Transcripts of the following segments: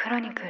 クロニクル。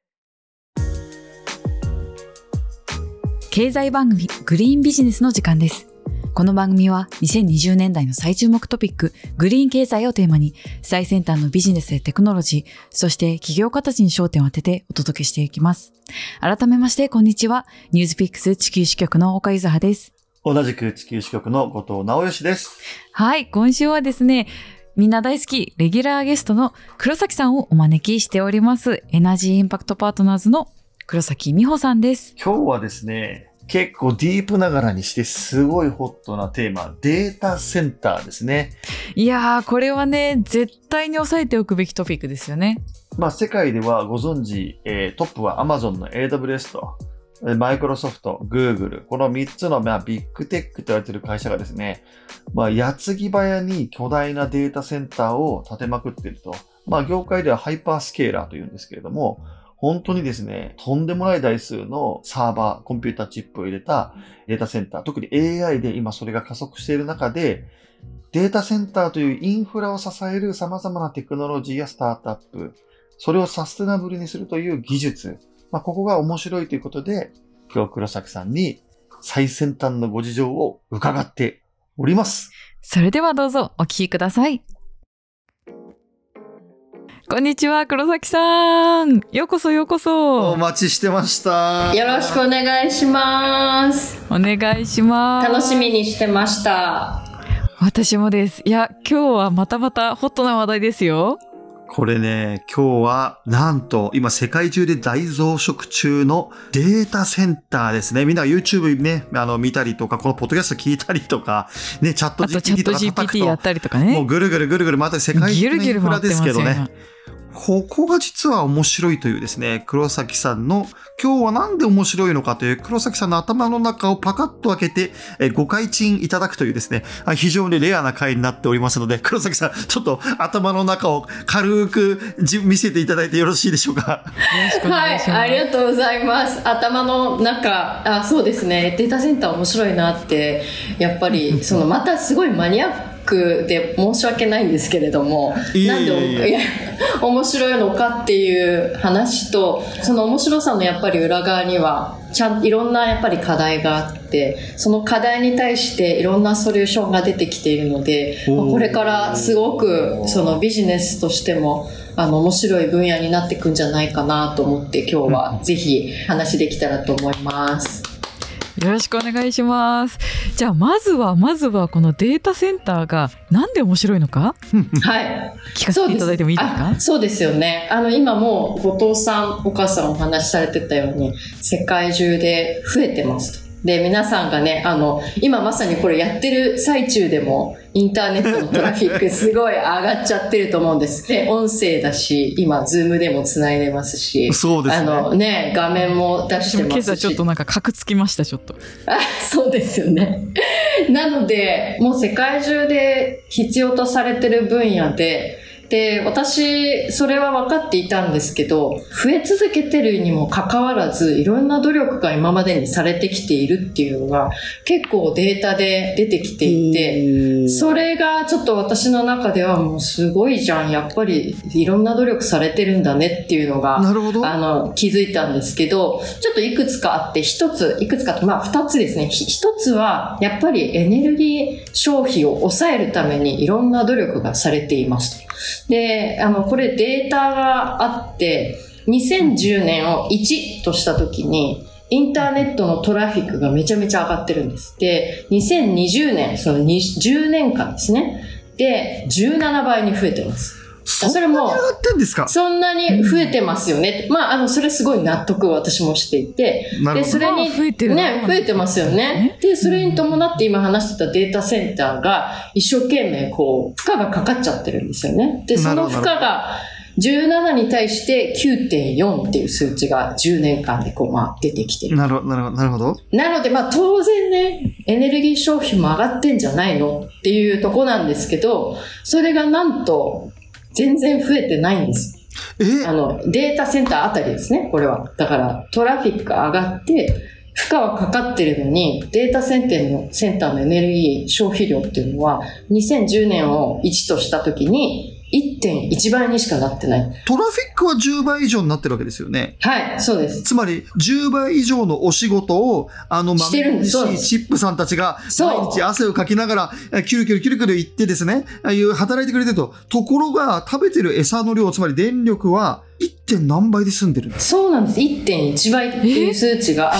経済番組グリーンビジネスの時間です。この番組は2020年代の最注目トピックグリーン経済をテーマに最先端のビジネスやテクノロジー、そして起業家たちに焦点を当ててお届けしていきます。改めましてこんにちは。ニュースピックス地球支局の岡柚葉です。 同じく地球支局の後藤直義です。 はい、今週はですね、みんな大好きレギュラーゲストの黒崎さんをお招きしております。エナジーインパクトパートナーズの黒崎美穂さんです。 今日はですね、結構ディープながらにしてすごいホットなテーマ、データセンターですね。 いやー、これはね、絶対に押さえておくべきトピックですよね。 世界ではご存知、トップは Amazon の AWS と、マイクロソフト、Google、この3つのビッグテックと言われている会社がですね、矢継ぎ早に巨大なデータセンターを建てまくっていると。業界ではハイパースケーラーというんですけれども、本当にですね、とんでもない台数のサーバー、コンピューターチップを入れたデータセンター、特に AI で今それが加速している中で、データセンターというインフラを支える様々なテクノロジーやスタートアップ、それをサステナブルにするという技術、ここが面白いということで、今日黒崎さんに最先端のご事情を伺っております。 それではどうぞお聞きください。こんにちは、黒崎さん。ようこそようこそ。 お待ちしてました。 よろしくお願いします。 お願いします。 楽しみにしてました。 私もです。いや、今日はまたまたホットな話題ですよ。 これね、今日はなんと今世界中で大増殖中のデータセンターですね。みんな YouTube ね、見たりとか、このポッドキャスト聞いたりとか、ね、チャット GPT とか叩くと、 やったりとかね。 もうぐるぐる回って世界中のインフラですけどね。ここが実は面白いというですね、黒崎さんの今日はなんで面白いのかという黒崎さんの頭の中をパカッと開けてご開陳いただくというですね、非常にレアな回になっておりますので、黒崎さんちょっと頭の中を軽く見せていただいてよろしいでしょうか。 はい、ありがとうございます。頭の中、そうですね、データセンター面白いなってやっぱりまたすごいマニアックで申し訳ないんですけれども、なんで面白いのかっていう話と、その面白さのやっぱり裏側にはいろんなやっぱり課題があって、その課題に対していろんなソリューションが出てきているので、これからすごくビジネスとしても面白い分野になっていくんじゃないかなと思って、今日はぜひ話できたらと思います。 よろしくお願いします。じゃあまずはこのデータセンターがなんで面白いのかはい、 聞かせていただいてもいいですか？ そうですよね。今もう後藤さん、お母さんお話しされてたように世界中で増えてますと。で、皆さんがね、今まさにこれやってる最中でもインターネットのトラフィックすごい上がっちゃってると思うんです。で、音声だし、今ズームでもつないでますし、 そうですね。画面も出してますし。 今朝ちょっとなんかカクつきました、ちょっと。 そうですよね。なので、もう世界中で必要とされてる分野で、私、それは分かっていたんですけど、増え続けてるにもかかわらず、いろんな努力が今までにされてきているっていうのが、結構データで出てきていて、それがちょっと私の中ではもうすごいじゃん。やっぱりいろんな努力されてるんだねっていうのが、気づいたんですけど、ちょっといくつかあって、二つですね。一つは、やっぱりエネルギー消費を抑えるためにいろんな努力がされていますと。で、これデータがあって、2010年を1としたときに、インターネットのトラフィックがめちゃめちゃ上がってるんです。で、2020年、10年間ですね。で、17倍に増えてます。 そんなに上がってんですか？ そんなに増えてますよね。それすごい納得を私もしていて。で、それに、増えてますよね。で、それに伴って今話してたデータセンターが一生懸命負荷がかかっちゃってるんですよね。で、その負荷が17に対して 9.4 っていう数値が10年間で出てきてる。 なるほど。 なので、当然ね、エネルギー消費も上がってんじゃないのっていうとこなんですけど、それがなんと、全然増えてないんです。データセンターあたりですね、これは。だから、トラフィックが上がって、負荷はかかってるのに、データセンターのエネルギー消費量っていうのは、2010年を1としたときに、 1.1 倍にしかなってない。 トラフィックは10倍以上になってるわけですよね。 はい、そうです。 つまり、10倍以上のお仕事を、 してるんです。 豆しいチップさんたちが、毎日汗をかきながら、キュルキュルキュルキュル言ってですね、働いてくれてると。ところが、食べてる餌の量、つまり電力は、1. 何倍で済んでるんです。 そうなんです。1.1 倍っていう数値があって、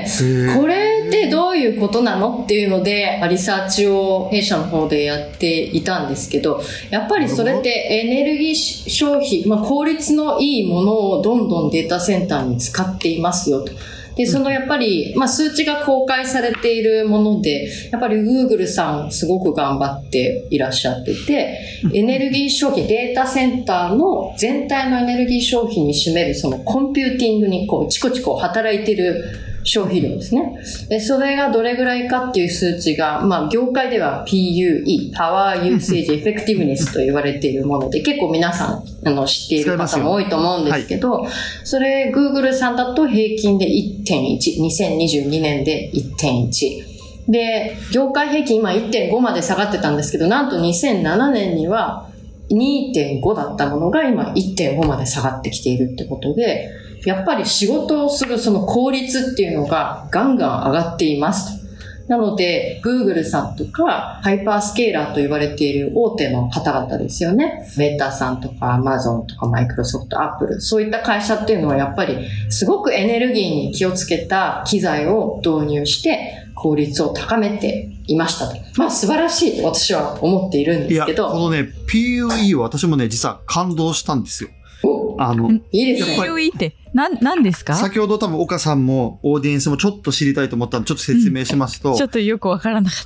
これってどういうことなのっていうので、リサーチを弊社の方でやっていたんですけど、やっぱりそれってエネルギー消費、効率のいいものをどんどんデータセンターに使っていますよと。で、そのやっぱり、数値が公開されているもので、やっぱり Google さんすごく頑張っていらっしゃってて、エネルギー消費、データセンターの全体のエネルギー消費に占めるそのコンピューティングにチコチコ働いてる消費量ですね。で、それがどれぐらいかっていう数値が、業界では PUE、Power Usage Effectiveness と言われているもので、結構皆さん知っている方も多いと思うんですけど、それ Google さんだと平均で 1.1、2022年で 1.1。で、業界平均今 1.5 まで下がってたんですけど、なんと2007年には 2.5 だったものが今 1.5 まで下がってきているってことで、やっぱり仕事をするその効率っていうのがガンガン上がっていますと。なので、Google さんとか、ハイパースケーラーと言われている大手の方々ですよね。メーターさんとか、Amazon とか、マイクロソフト、Apple、そういった会社っていうのはやっぱり、すごくエネルギーに気をつけた機材を導入して、効率を高めていましたと。素晴らしいと私は思っているんですけど。 いや、このね、PUE は私もね、実は感動したんですよ。 いいですね。 PUE って何ですか？ 先ほど多分岡さんもオーディエンスもちょっと知りたいと思ったのでちょっと説明しますと、 ちょっとよくわからなかった。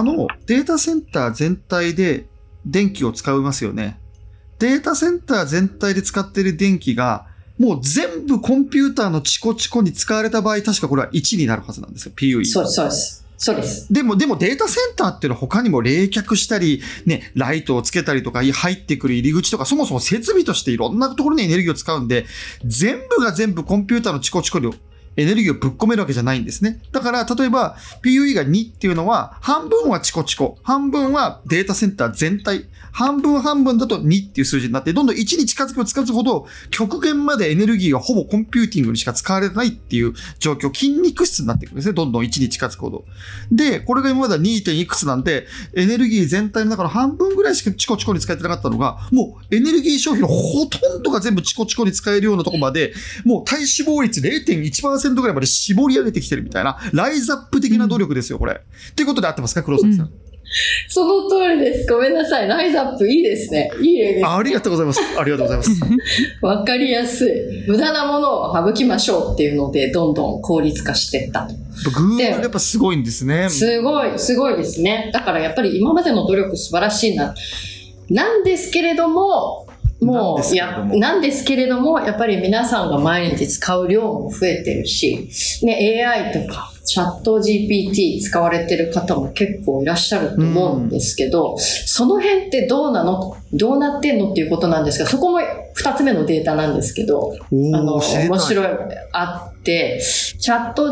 データセンター全体で電気を使いますよね。データセンター全体で使っている電気がもう全部コンピューターのチコチコに使われた場合、確かこれは1になるはずなんですよ、PUE。 そうです。そうです。 でもデータセンターっていうのは他にも冷却したり、ね、ライトをつけたりとか、入ってくる入り口とか、そもそも設備としていろんなところにエネルギーを使うんで、全部が全部コンピューターのチコチコ量、エネルギーをぶっ込めるわけじゃないんですね。だから、例えば、PUE が2っていうのは、半分はチコチコ、半分はデータセンター全体、半分半分だと2っていう数字になって、どんどん1に近づくほど、極限までエネルギーがほぼコンピューティングにしか使われないっていう状況、筋肉質になっていくんですね。どんどん1に近づくほど。で、これが今までは 2. いくつなんで、エネルギー全体の中の半分ぐらいしかチコチコに使えてなかったのが、もうエネルギー消費のほとんどが全部チコチコに使えるようなところまで、もう体脂肪率 0.1% ぐらいまで絞り上げてきてるみたいな、ライズアップ的な努力ですよ、これ。っていうことで合ってますか、黒崎さん。 その通りです。ごめんなさい。ライズアップいいですね。いい例です、ね。 ありがとうございます。ありがとうございます。 わかりやすい。無駄なものを省きましょうっていうので、どんどん効率化していったと。 Google やっぱすごいんですね。 すごいですね。だからやっぱり今までの努力素晴らしいな。なんですけれども、なんですけれども、やっぱり皆さんが毎日使う量も増えてるし、ね、AI とか、チャット GPT 使われてる方も結構いらっしゃると思うんですけど、その辺ってどうなってんのっていうことなんですが、そこも2つ目のデータなんですけど、面白いあって、チャット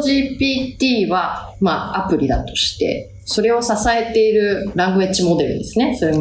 GPT は、アプリだとして、それを支えているラングエッジモデルですね。それ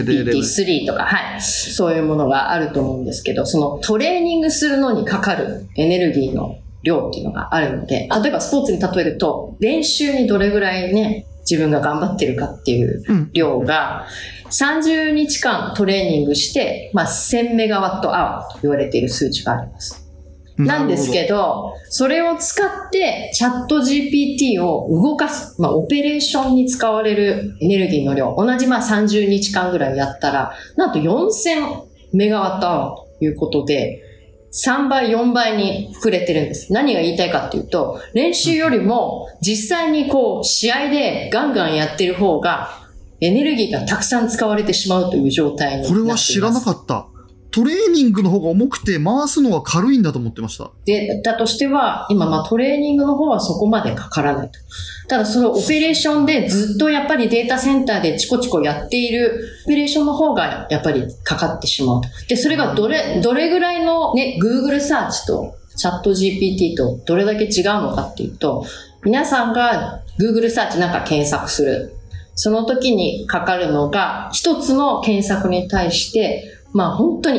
GPT-3 とか、そういうものがあると思うんですけど、そのトレーニングするのにかかるエネルギーの量っていうのがあるので、例えばスポーツに例えると、練習にどれぐらいね、自分が頑張ってるかっていう量が、30日間トレーニングして、1000メガワットアワーと言われている数値があります。なんですけど、それを使ってチャット GPT を動かす、オペレーションに使われるエネルギーの量、同じ30日間ぐらいやったら、なんと4000メガワットアワーということで、3倍、4倍に膨れてるんです。何が言いたいかっていうと、練習よりも実際に試合でガンガンやってる方が、エネルギーがたくさん使われてしまうという状態になっています。 これは知らなかった。トレーニングの方が重くて回すのは軽いんだと思ってました。 データとしては、今トレーニングの方はそこまでかからないと。ただそのオペレーションでずっとやっぱりデータセンターでチコチコやっているオペレーションの方がやっぱりかかってしまうと。で、それがどれぐらいのね、Google サーチとチャット GPT とどれだけ違うのかっていうと、皆さんが Google サーチなんか検索する。その時にかかるのが、一つの検索に対して本当に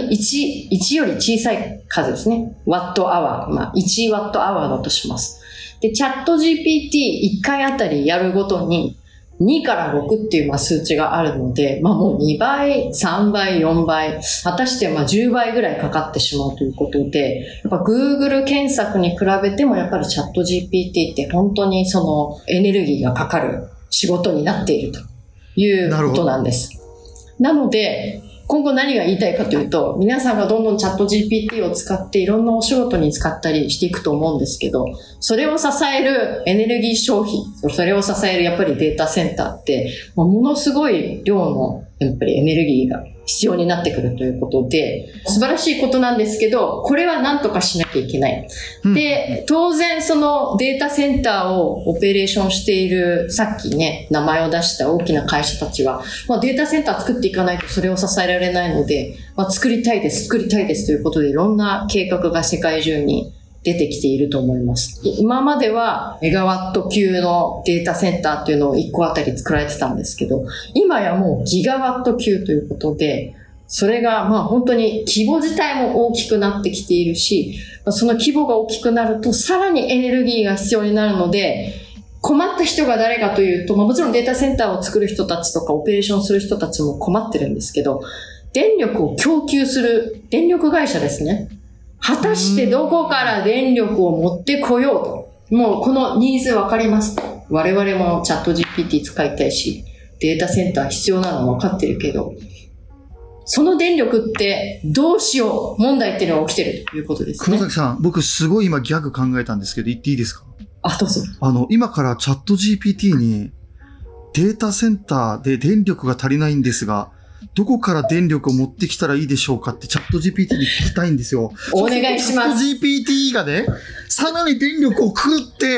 1より小さい数ですね。ワットアワー。1ワットアワーだとします。で、チャット GPT1 回あたりやるごとに2から6っていう数値があるので、もう2倍、3倍、4倍、果たして10倍ぐらいかかってしまうということで、やっぱ Google 検索に比べてもやっぱりチャット GPT って本当にそのエネルギーがかかる仕事になっているということなんです。なので、今後何が言いたいかというと、皆さんがどんどんチャット GPT を使っていろんなお仕事に使ったりしていくと思うんですけど、それを支えるエネルギー消費、それを支えるやっぱりデータセンターって、ものすごい量のやっぱりエネルギーが必要になってくるということで、素晴らしいことなんですけど、これは何とかしなきゃいけない。で、当然そのデータセンターをオペレーションしている、さっきね、名前を出した大きな会社たちは、データセンター作っていかないとそれを支えられないので、作りたいですということで、いろんな計画が世界中に出てきていると思います。今まではメガワット級のデータセンターっていうのを1個あたり作られてたんですけど、今やもうギガワット級ということで、それが本当に規模自体も大きくなってきているし、その規模が大きくなるとさらにエネルギーが必要になるので、困った人が誰かというと、もちろんデータセンターを作る人たちとかオペレーションする人たちも困ってるんですけど、電力を供給する電力会社ですね。果たしてどこから電力を持ってこようと。もうこのニーズわかります。我々もチャット GPT 使いたいし、データセンター必要なの分かってるけど、その電力ってどうしよう問題っていうのが起きてるということですね。 黒崎さん、僕すごい今ギャグ考えたんですけど、言っていいですか？ どうぞ。 今からチャット GPT にデータセンターで電力が足りないんですが、どこから電力を持ってきたらいいでしょうかってチャット GPT に聞きたいんですよ。 お願いします。 チャット GPT がね、さらに電力を食って、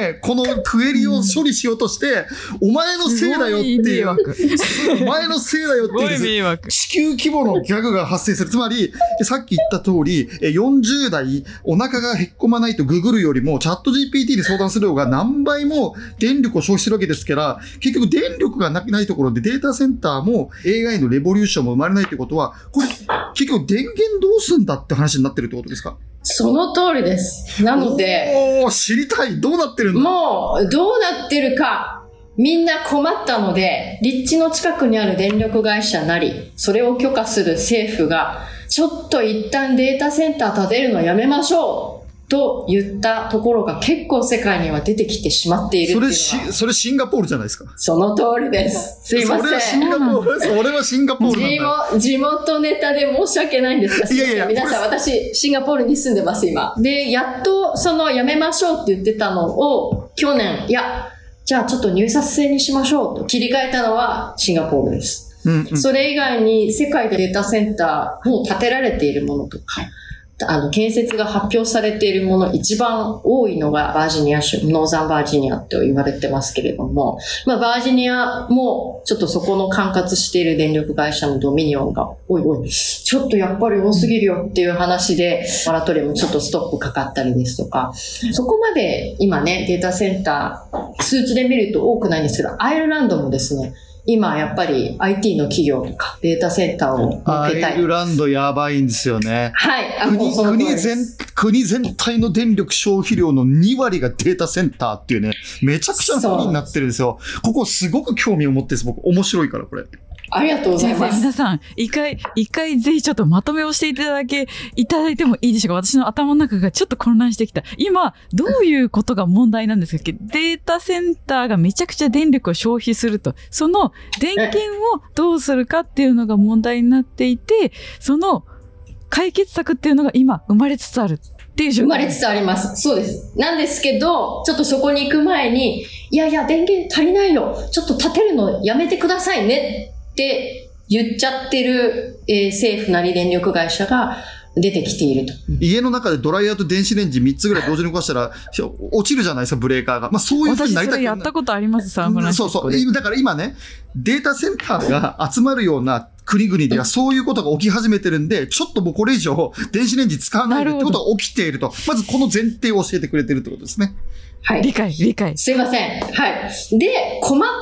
このクエリを処理しようとして、お前のせいだよっていう、お前のせいだよっていう、地球規模のギャグが発生する。つまり、さっき言った通り、40代お腹がへっこまないとググるよりも、チャット GPT に相談する方が何倍も電力を消費してるわけですから、結局電力がないところでデータセンターも AI のレボリューションも生まれないということは、これ、結局電源どうすんだって話になってるってことですか？ その通りです。なので、 知りたい。どうなってるんだ？ もう、どうなってるか、みんな困ったので、立地の近くにある電力会社なり、それを許可する政府が、ちょっと一旦データセンター建てるのやめましょうと言ったところが結構世界には出てきてしまっているっていうのは。 それシンガポールじゃないですか。 その通りです。すいません。 それはシンガポールです。俺はシンガポールなんだ。 地元ネタで申し訳ないんですが、 いやいや皆さん、私、シンガポールに住んでます、今。で、やっと、やめましょうって言ってたのを、去年、じゃあちょっと入札制にしましょうと切り替えたのはシンガポールです。それ以外に世界でデータセンターもう建てられているものとか、建設が発表されているもの一番多いのがバージニア州、ノーザンバージニアって言われてますけれども、バージニアもちょっとそこの管轄している電力会社のドミニオンが、おい、ちょっとやっぱり多すぎるよっていう話で、モラトリアムちょっとストップかかったりですとか、そこまで今ね、データセンター、数値で見ると多くないんですけど、アイルランドもですね、今やっぱり IT の企業とかデータセンターを設けたい。 アイルランドやばいんですよね。 はい。 国全体の電力消費量の2割がデータセンターっていうね、めちゃくちゃな国になってるんですよ。ここすごく興味を持ってるんです。僕面白いからこれ。 ありがとうございます。 皆さん、一回ぜひちょっとまとめをしていただいてもいいでしょうか。私の頭の中がちょっと混乱してきた。今、どういうことが問題なんですか？データセンターがめちゃくちゃ電力を消費すると。その電源をどうするかっていうのが問題になっていて、その解決策っていうのが今生まれつつある。っていう生まれつつあります。そうです。なんですけど、ちょっとそこに行く前に、いや、電源足りないよ。ちょっと立てるのやめてくださいねって言っちゃってる、政府なり電力会社が出てきていると。 家の中でドライヤーと電子レンジ3つぐらい同時に動かしたら落ちるじゃないですか、ブレーカーが。そういう風になりたくない。 私それやったことあります、サンフランシスコで。 そう。だから今ね、データセンターが集まるような国々ではそういうことが起き始めてるんで、ちょっともうこれ以上電子レンジ使わないでってことが起きていると。まずこの前提を教えてくれてるってことですね。 はい。 理解。 すいません。はい。で、困った、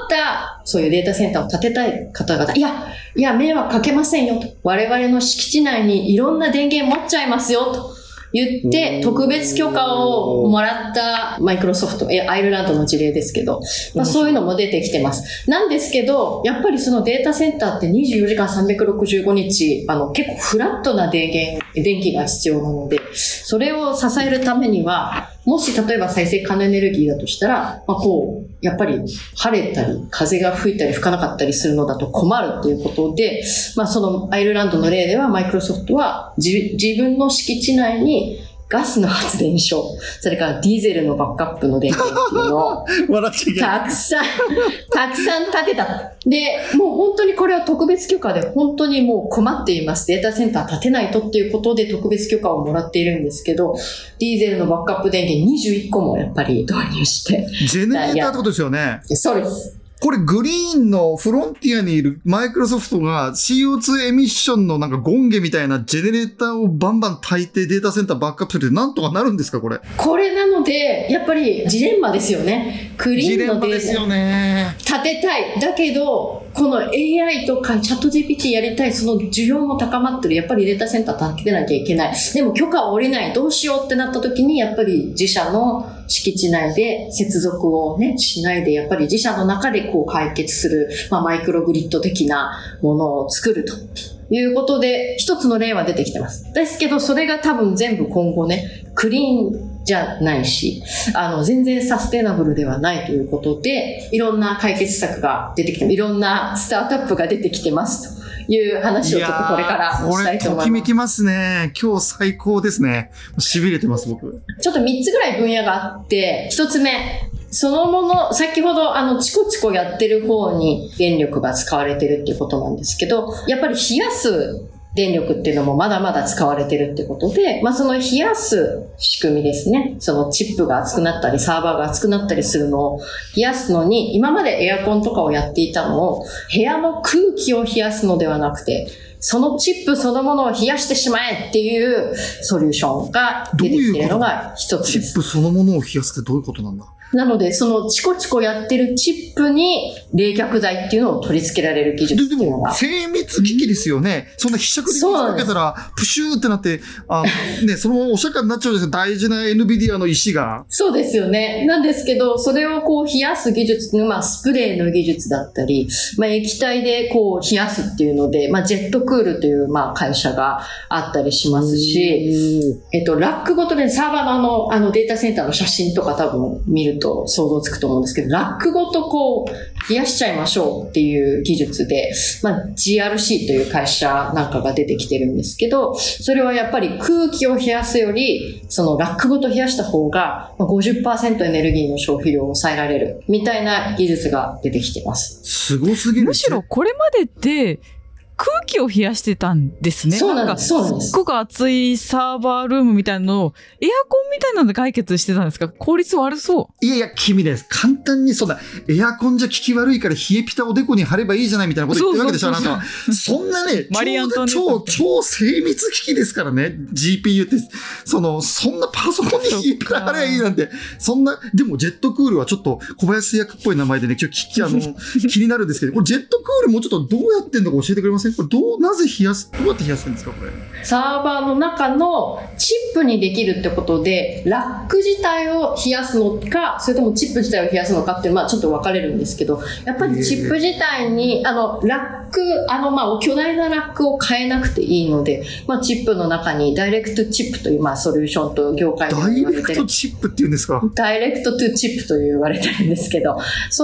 そういうデータセンターを建てたい方々、いや、迷惑かけませんよと。我々の敷地内にいろんな電源持っちゃいますよと。言って、特別許可をもらったマイクロソフト、アイルランドの事例ですけど、そういうのも出てきてます。なんですけど、やっぱりそのデータセンターって24時間365日、結構フラットな電気が必要なので、それを支えるためには、もし例えば再生可能エネルギーだとしたら、やっぱり晴れたり、風が吹いたり吹かなかったりするのだと困るっていうことで、そのアイルランドの例ではマイクロソフトは自分の敷地内にガスの発電所、それからディーゼルのバックアップの電源っていうのをたくさん建てた。で、もう本当にこれは特別許可で本当にもう困っています。データセンター建てないとっていうことで特別許可をもらっているんですけど、ディーゼルのバックアップ電源21個もやっぱり導入して。 ジェネレーターってことですよね。 そうです。 これグリーンのフロンティアにいるマイクロソフトが CO2 エミッションのなんかゴンゲみたいなジェネレーターをバンバン焚いてデータセンターバックアップするってなんとかなるんですかこれ。 これなので、やっぱりジレンマですよね。クリーンのデータですよね。 立てたい。だけど、この AI とかチャット GPT やりたい、その需要も高まってる。やっぱりデータセンター建てなきゃいけない。でも許可を下りない。どうしようってなった時に、やっぱり自社の敷地内で接続をね、しないで、やっぱり自社の中で解決する、マイクログリッド的なものを作るということで、一つの例は出てきてます。ですけど、それが多分全部今後ね、クリーンじゃないし、全然サステナブルではないということで、いろんな解決策が出てきて、いろんなスタートアップが出てきてますという話をちょっとこれからしたいと思います。 これときめきますね。今日最高ですね。痺れてます僕。 ちょっと3つぐらい分野があって、1つ目、そのもの、先ほどチコチコやってる方に電力が使われてるっていうことなんですけど、やっぱり冷やす電力っていうのもまだまだ使われてるってことで、その冷やす仕組みですね。そのチップが熱くなったり、サーバーが熱くなったりするのを冷やすのに、今までエアコンとかをやっていたのを、部屋の空気を冷やすのではなくて、そのチップそのものを冷やしてしまえっていうソリューションが出てきているのが一つです。 チップそのものを冷やすってどういうことなんだ？ なので、そのチコチコやってるチップに冷却剤っていうのを取り付けられる技術っていうのが。 でも、精密機器ですよね。そんなひしゃくで水かけたら、プシューってなって、そのままお釈迦になっちゃうんですよ。大事な NVIDIA の石が。 そうですよね。なんですけど、それを冷やす技術っていうのは、スプレーの技術だったり、液体で冷やすっていうので、ジェットクールという会社があったりしますし、ラックごとでサーバーのデータセンターの写真とか多分見ると想像つくと思うんですけど、ラックごと冷やしちゃいましょうっていう技術で、GRC という会社なんかが出てきてるんですけど、それはやっぱり空気を冷やすより、そのラックごと冷やした方が 50% エネルギーの消費量を抑えられるみたいな技術が出てきてます。 すごすぎる。 むしろこれまでって空気を冷やしてたんですね。 そうなんです。そうなんです。 すっごく暑いサーバールームみたいなのをエアコンみたいなので解決してたんですか？効率悪そう。 いや、君です。簡単にそんな、エアコンじゃ効き悪いから冷えピタおでこに貼ればいいじゃないみたいなこと言ってるわけでしょ、あなた。そんなね、超精密機器ですからね、GPU って。そんなパソコンに冷えピタ貼ればいいなんて。そんな、でもジェットクールはちょっと小林役っぽい名前でね、今日気になるんですけど、これジェットクールもうちょっとどうやってんのか教えてくれません？これなぜどうやって冷やすんですかこれ？ サーバーの中のチップにできるってことで、ラック自体を冷やすのか、それともチップ自体を冷やすのかっていうのはちょっと分かれるんですけど、やっぱりチップ自体に、ラック、巨大なラックを変えなくていいので、チップの中にダイレクトチップという、ソリューションと業界で言われてる。 ダイレクトチップって言うんですか？ ダイレクトトゥチップと言われてるんですけど、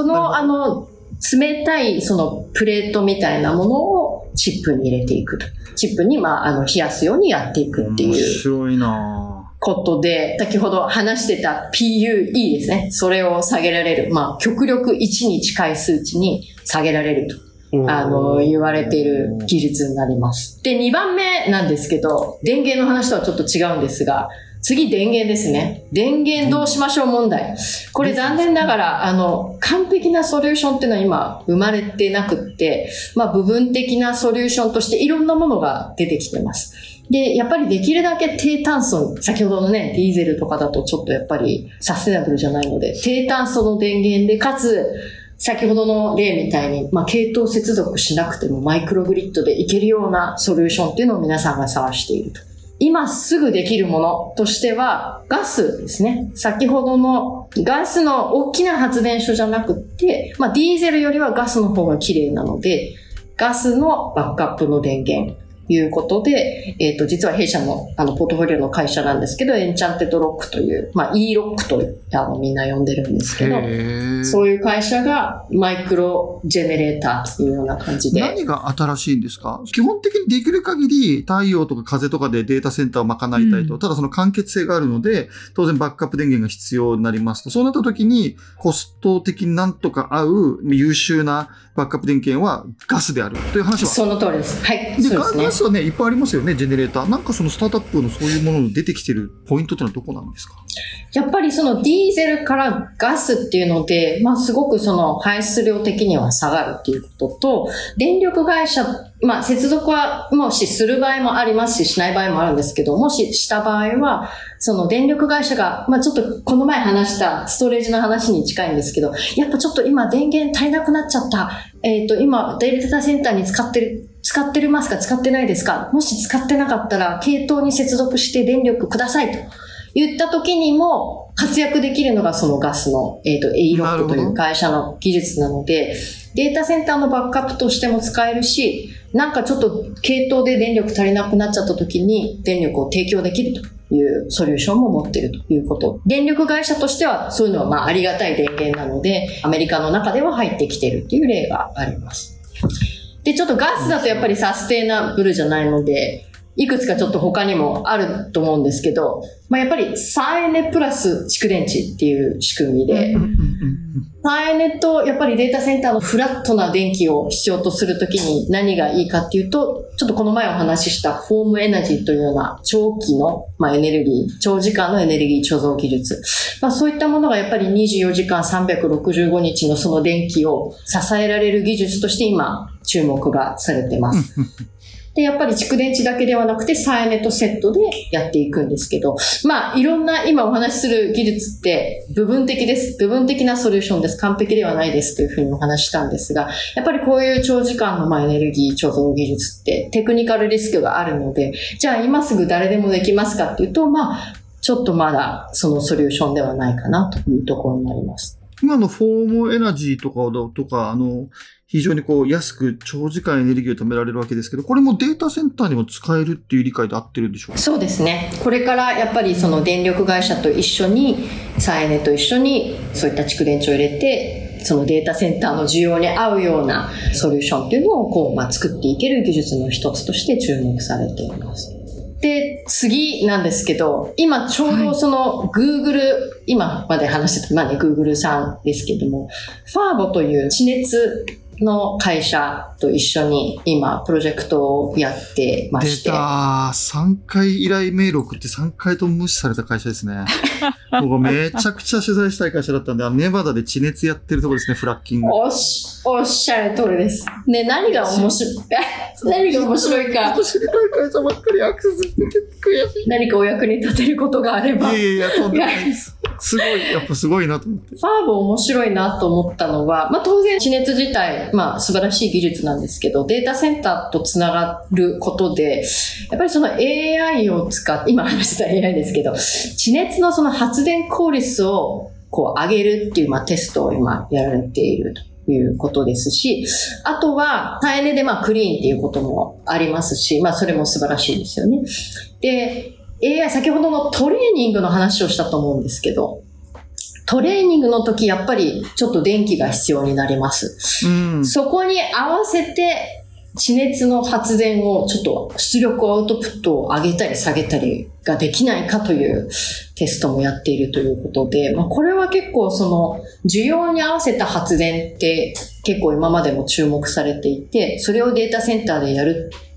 冷たいプレートみたいなものをチップに入れていくと。チップに冷やすようにやっていくっていう。面白いなことで、先ほど話してた PUE ですね。それを下げられる。極力1に近い数値に下げられると。言われている技術になります。で、2番目なんですけど、電源の話とはちょっと違うんですが、 次、電源ですね。電源どうしましょう問題。これ残念ながら、完璧なソリューションっていうのは今生まれてなくって、部分的なソリューションとしていろんなものが出てきてます。で、やっぱりできるだけ低炭素、先ほどのね、ディーゼルとかだとちょっとやっぱりサステナブルじゃないので、低炭素の電源で、かつ、先ほどの例みたいに、系統接続しなくてもマイクログリッドでいけるようなソリューションっていうのを皆さんが探していると。今すぐできるものとしては、ガスですね。先ほどのガスの大きな発電所じゃなくって、ディーゼルよりはガスの方が綺麗なので、ガスのバックアップの電源。いうことで、実は弊社のポートフォリオの会社なんですけど、エンチャンテッドロックという、E ロックとみんな呼んでるんですけど、そういう会社がマイクロジェネレーターというような感じで。 何が新しいんですか？基本的にできる限り太陽とか風とかでデータセンターを賄いたいと。ただその間欠性があるので、当然バックアップ電源が必要になりますと。そうなった時にコスト的になんとか合う優秀なバックアップ電源はガスであるという話は。 その通りです。はい。 で、 そうですね。 ガスはね、いっぱいありますよね、ジェネレーター。なんかそのスタートアップのそういうものの出てきてるポイントってのはどこなんですか？ やっぱりそのディーゼルからガスっていうので、すごくその排出量的には下がるっていうことと、電力会社、接続はもしする場合もありますし、しない場合もあるんですけど、もしした場合は、その電力会社が、ちょっとこの前話したストレージの話に近いんですけど、やっぱちょっと今電源足りなくなっちゃった。今データセンターに使ってますか使ってないですか？もし使ってなかったら、系統に接続して電力くださいと言った時にも活躍できるのがそのガスの、エイロックという会社の技術なので、データセンターのバックアップとしても使えるし、なんかちょっと系統で電力足りなくなっちゃった時に電力を提供できるというソリューションも持っているということ。電力会社としてはそういうのはありがたい電源なので、アメリカの中では入ってきているっていう例があります。で、ちょっとガスだとやっぱりサステナブルじゃないので、いくつかちょっと他にもあると思うんですけど、やっぱり再エネプラス蓄電池っていう仕組みで、再エネとやっぱりデータセンターのフラットな電気を必要とするときに何がいいかっていうと、ちょっとこの前お話ししたフォームエナジーというような長期のエネルギー、長時間のエネルギー貯蔵技術。そういったものがやっぱり24時間365日のその電気を支えられる技術として今注目がされてます。で、やっぱり蓄電池だけではなくて再エネとセットでやっていくんですけど、いろんな今お話しする技術って部分的です。部分的なソリューションです。完璧ではないですというふうにお話ししたんですが、やっぱりこういう長時間のエネルギー貯蔵技術ってテクニカルリスクがあるので、じゃあ今すぐ誰でもできますかっていうと、ちょっとまだそのソリューションではないかなというところになります。 今のフォームエナジーとか、非常に安く長時間エネルギーを貯められるわけですけど、これもデータセンターにも使えるっていう理解で合ってるんでしょうか？ そうですね。これからやっぱりその電力会社と一緒に、再エネと一緒にそういった蓄電池を入れて、そのデータセンターの需要に合うようなソリューションっていうのを作っていける技術の一つとして注目されています。で、次なんですけど、今ちょうどその Google、今まで話してた、Google さんですけども、ファーボという地熱の会社と一緒に今プロジェクトをやってまして。 出た。3回依頼メール送って3回とも無視された会社ですね。僕めちゃくちゃ取材したい会社だったんで、ネバダで地熱やってるところですね、フラッキング。 おっしゃる通りです。ね、何が面白いか。面白い会社ばっかりアクセスして悔しい。 何かお役に立てることがあれば。 いや、とんでもないです。やっぱすごいなと思って。 ファーボ面白いなと思ったのは、当然地熱自体、素晴らしい技術なんですけど、データセンターとつながることで、やっぱりその AI を使って、今話した AI ですけど、地熱のその発電効率を上げるっていうテストを今やられているということですし、あとは再エネでクリーンっていうこともありますし、それも素晴らしいですよね。で、AI、先ほどのトレーニングの話をしたと思うんですけど、トレーニングの時やっぱりちょっと電気が必要になります。そこに合わせて地熱の発電をちょっと出力アウトプットを上げたり下げたりができないかというテストもやっているということで、これは結構その需要に合わせた発電って結構今までも注目されていて、それをデータセンターでやる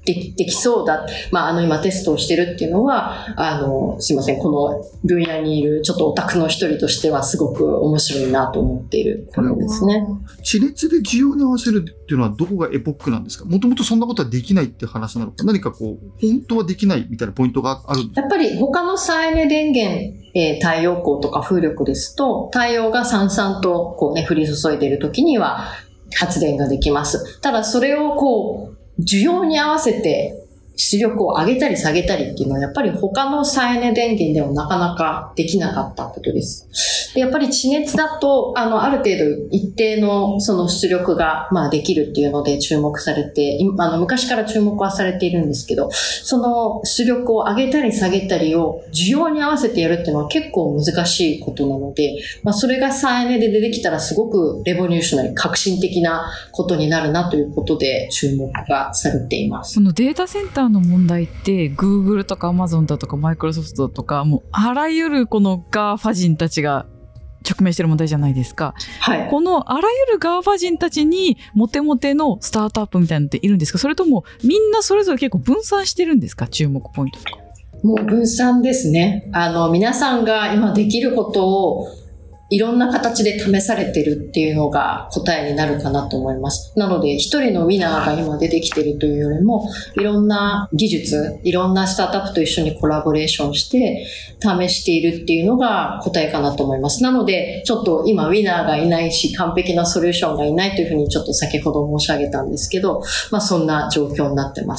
できそうだ。今テストをしてるっていうのは、すいません、この分野にいるちょっとオタクの一人としてはすごく面白いなと思っているところですね。 地熱で需要に合わせるっていうのはどこがエポックなんですか？もともとそんなことはできないって話なのか、何かこう、本当はできないみたいなポイントがあるんですか？ やっぱり他の再エネ電源、太陽光とか風力ですと、太陽がさんさんとこうね、降り注いでいる時には発電ができます。ただそれをこう、需要に合わせて出力を上げたり下げたりっていうのはやっぱり他の再エネ電源ではなかなかできなかったことです。で、やっぱり地熱だと、ある程度一定のその出力ができるっていうので注目されて、昔から注目はされているんですけど、その出力を上げたり下げたりを需要に合わせてやるっていうのは結構難しいことなので、それが再エネで出てきたらすごくレボリューショナリー、革新的なことになるなということで注目がされています。 このデータセンターの問題って Google とか Amazon だとか Microsoft とかもうあらゆるこのGAFA人たちが直面している問題じゃないですか。 はい。 このあらゆるGAFA人たちにモテモテのスタートアップみたいなのっているんですか？それともみんなそれぞれ結構分散してるんですか？注目ポイントとか。 もう分散ですね。皆さんが今できることをいろんな形で試されてるっていうのが答えになるかなと思います。なので、一人のウィナーが今出てきてるというよりも、いろんな技術、いろんなスタートアップと一緒にコラボレーションして試しているっていうのが答えかなと思います。なので、ちょっと今ウィナーがいないし、完璧なソリューションがいないというふうにちょっと先ほど申し上げたんですけど、そんな状況になってます。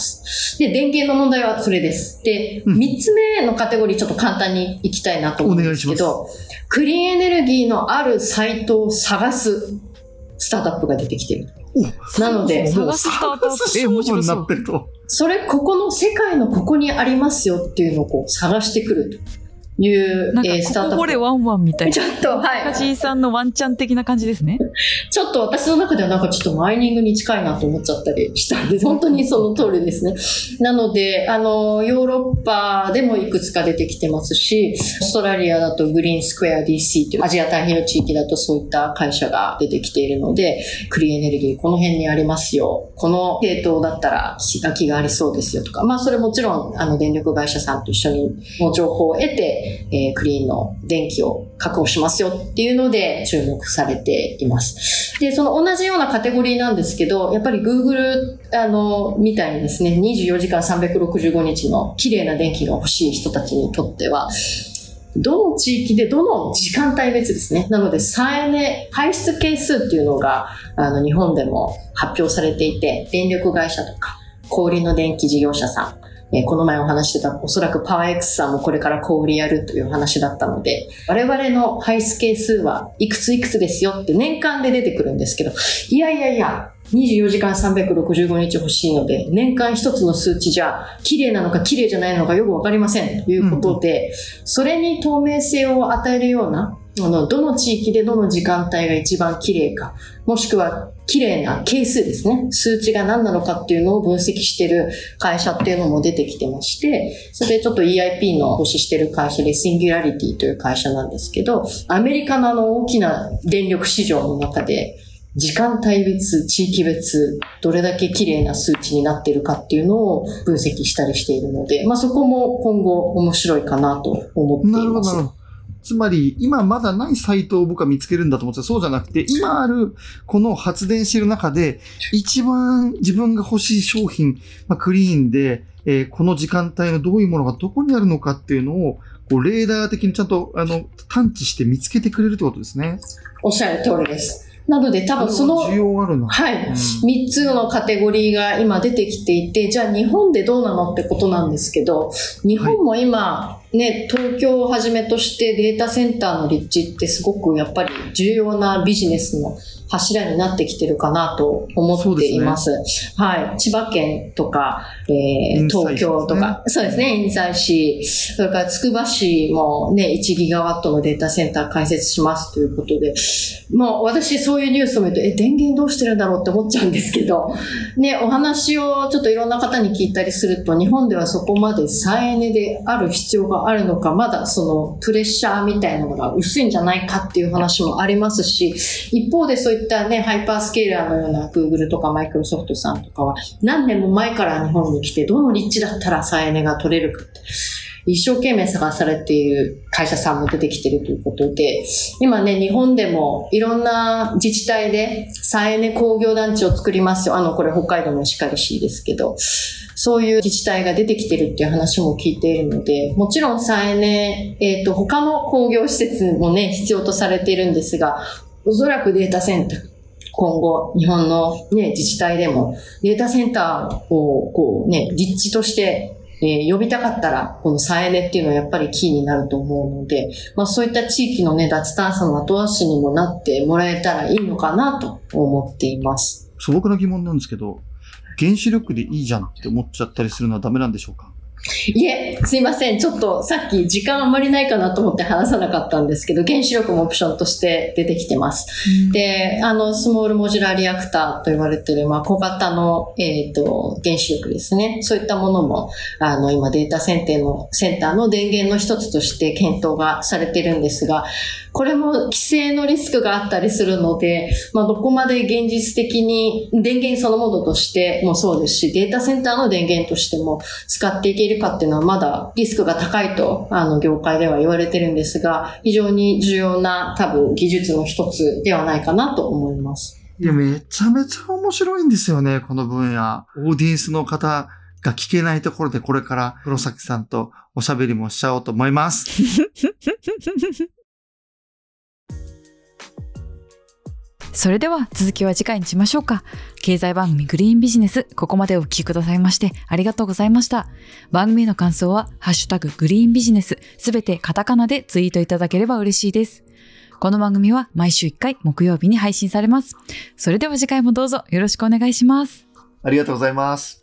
で、電源の問題はそれです。で、3つ目のカテゴリーちょっと簡単にいきたいなと思うんですけど、クリーンエネルギーのあるサイトを探すスタートアップが出てきている。なので、 探すスタートアップ、面白そう。 ここの世界のここにありますよっていうのをこう探してくるという、スタートアップ。 ここでワンワンみたいな。 ちょっと、はい。 梶井さんのワンチャン的な感じですね。 ちょっと私の中ではなんかちょっとマイニングに近いなと思っちゃったりしたんで、本当にその通りですね。なので、ヨーロッパでもいくつか出てきてますし、オーストラリアだとグリーンスクエア DC というアジア太平洋地域だとそういった会社が出てきているので、クリーンエネルギーこの辺にありますよ。この系統だったら空きがありそうですよとか、それもちろん電力会社さんと一緒にの情報を得て、クリーンの電気を確保しますよっていうので注目されています。で、その同じようなカテゴリーなんですけど、やっぱり Google みたいにですね、24時間365日の綺麗な電気が欲しい人たちにとっては、どの地域でどの時間帯別ですね。なので再エネ排出係数っていうのが日本でも発表されていて、電力会社とか小売りの電気事業者さん、この前お話してたおそらくパワー X さんもこれから小売りやるという話だったので、我々の排出係数はいくついくつですよって年間で出てくるんですけど、いや24時間365日欲しいので、年間一つの数値じゃ綺麗なのか綺麗じゃないのかよくわかりませんということで、それに透明性を与えるようなどの地域でどの時間帯が一番綺麗か、もしくは綺麗な係数ですね。数値が何なのかっていうのを分析している会社っていうのも出てきてまして、それでちょっと EIP の投資している会社で Singularity という会社なんですけど、アメリカの大きな電力市場の中で、時間帯別、地域別、どれだけ綺麗な数値になっているかっていうのを分析したりしているので、そこも今後面白いかなと思っています。なるほど、なるほど。 つまり、今まだないサイトを僕は見つけるんだと思ってた。そうじゃなくて、今あるこの発電している中で、一番自分が欲しい商品、クリーンで、この時間帯のどういうものがどこにあるのかっていうのを、レーダー的にちゃんと探知して見つけてくれるってことですね。 おっしゃる通りです。なので多分その、 需要あるな。 はい。3つのカテゴリーが今出てきていて、じゃあ日本でどうなのってことなんですけど、日本も今、東京をはじめとしてデータセンターの立地ってすごくやっぱり重要なビジネスの柱になってきてるかなと思っています。はい。千葉県とか、東京とか、そうですね、印西市、それからつくば市も1ギガワットのデータセンター開設しますということで、もう私そういうニュースを見ると、電源どうしてるんだろうって思っちゃうんですけど、お話をちょっといろんな方に聞いたりすると、日本ではそこまで再エネである必要があるのか、まだそのプレッシャーみたいなのが薄いんじゃないかっていう話もありますし、一方でそういったハイパースケーラーのような Google とか Microsoft さんとかは何年も前から日本に来て、どの立地だったら再エネが取れるかって、一生懸命探されている会社さんも出てきているということで、今ね、日本でもいろんな自治体で再エネ工業団地を作りますよ。これ北海道の石狩市ですけど、そういう自治体が出てきてるっていう話も聞いているので、もちろん再エネ、他の工業施設もね、必要とされているんですが、おそらくデータセンター、今後、日本のね、自治体でもデータセンターをこうね、立地として呼びたかったら、この再エネっていうのはやっぱりキーになると思うので、そういった地域のね、脱炭素の後押しにもなってもらえたらいいのかなと思っています。 素朴な疑問なんですけど、原子力でいいじゃんって思っちゃったりするのはダメなんでしょうか？ いえ、すいません。ちょっとさっき時間あんまりないかなと思って話さなかったんですけど、原子力もオプションとして出てきてます。で、スモールモジュラーリアクターと言われている、小型の、原子力ですね。そういったものも、今データセンターの電源の一つとして検討がされているんですが、これも規制のリスクがあったりするので、どこまで現実的に電源そのものとしてもそうですし、データセンターの電源としても使っていけるかっていうのはまだリスクが高いと、業界では言われてるんですが、非常に重要な多分技術の一つではないかなと思います。 いや、めちゃめちゃ面白いんですよね、この分野。オーディエンスの方が聞けないところでこれから黒崎さんとおしゃべりもしちゃおうと思います。 それでは続きは次回にしましょうか。経済番組グリーンビジネス、ここまでお聞きくださいましてありがとうございました。番組への感想はハッシュタググリーンビジネス、すべてカタカナでツイートいただければ嬉しいです。この番組は毎週1回木曜日に配信されます。それでは次回もどうぞよろしくお願いします。 ありがとうございます。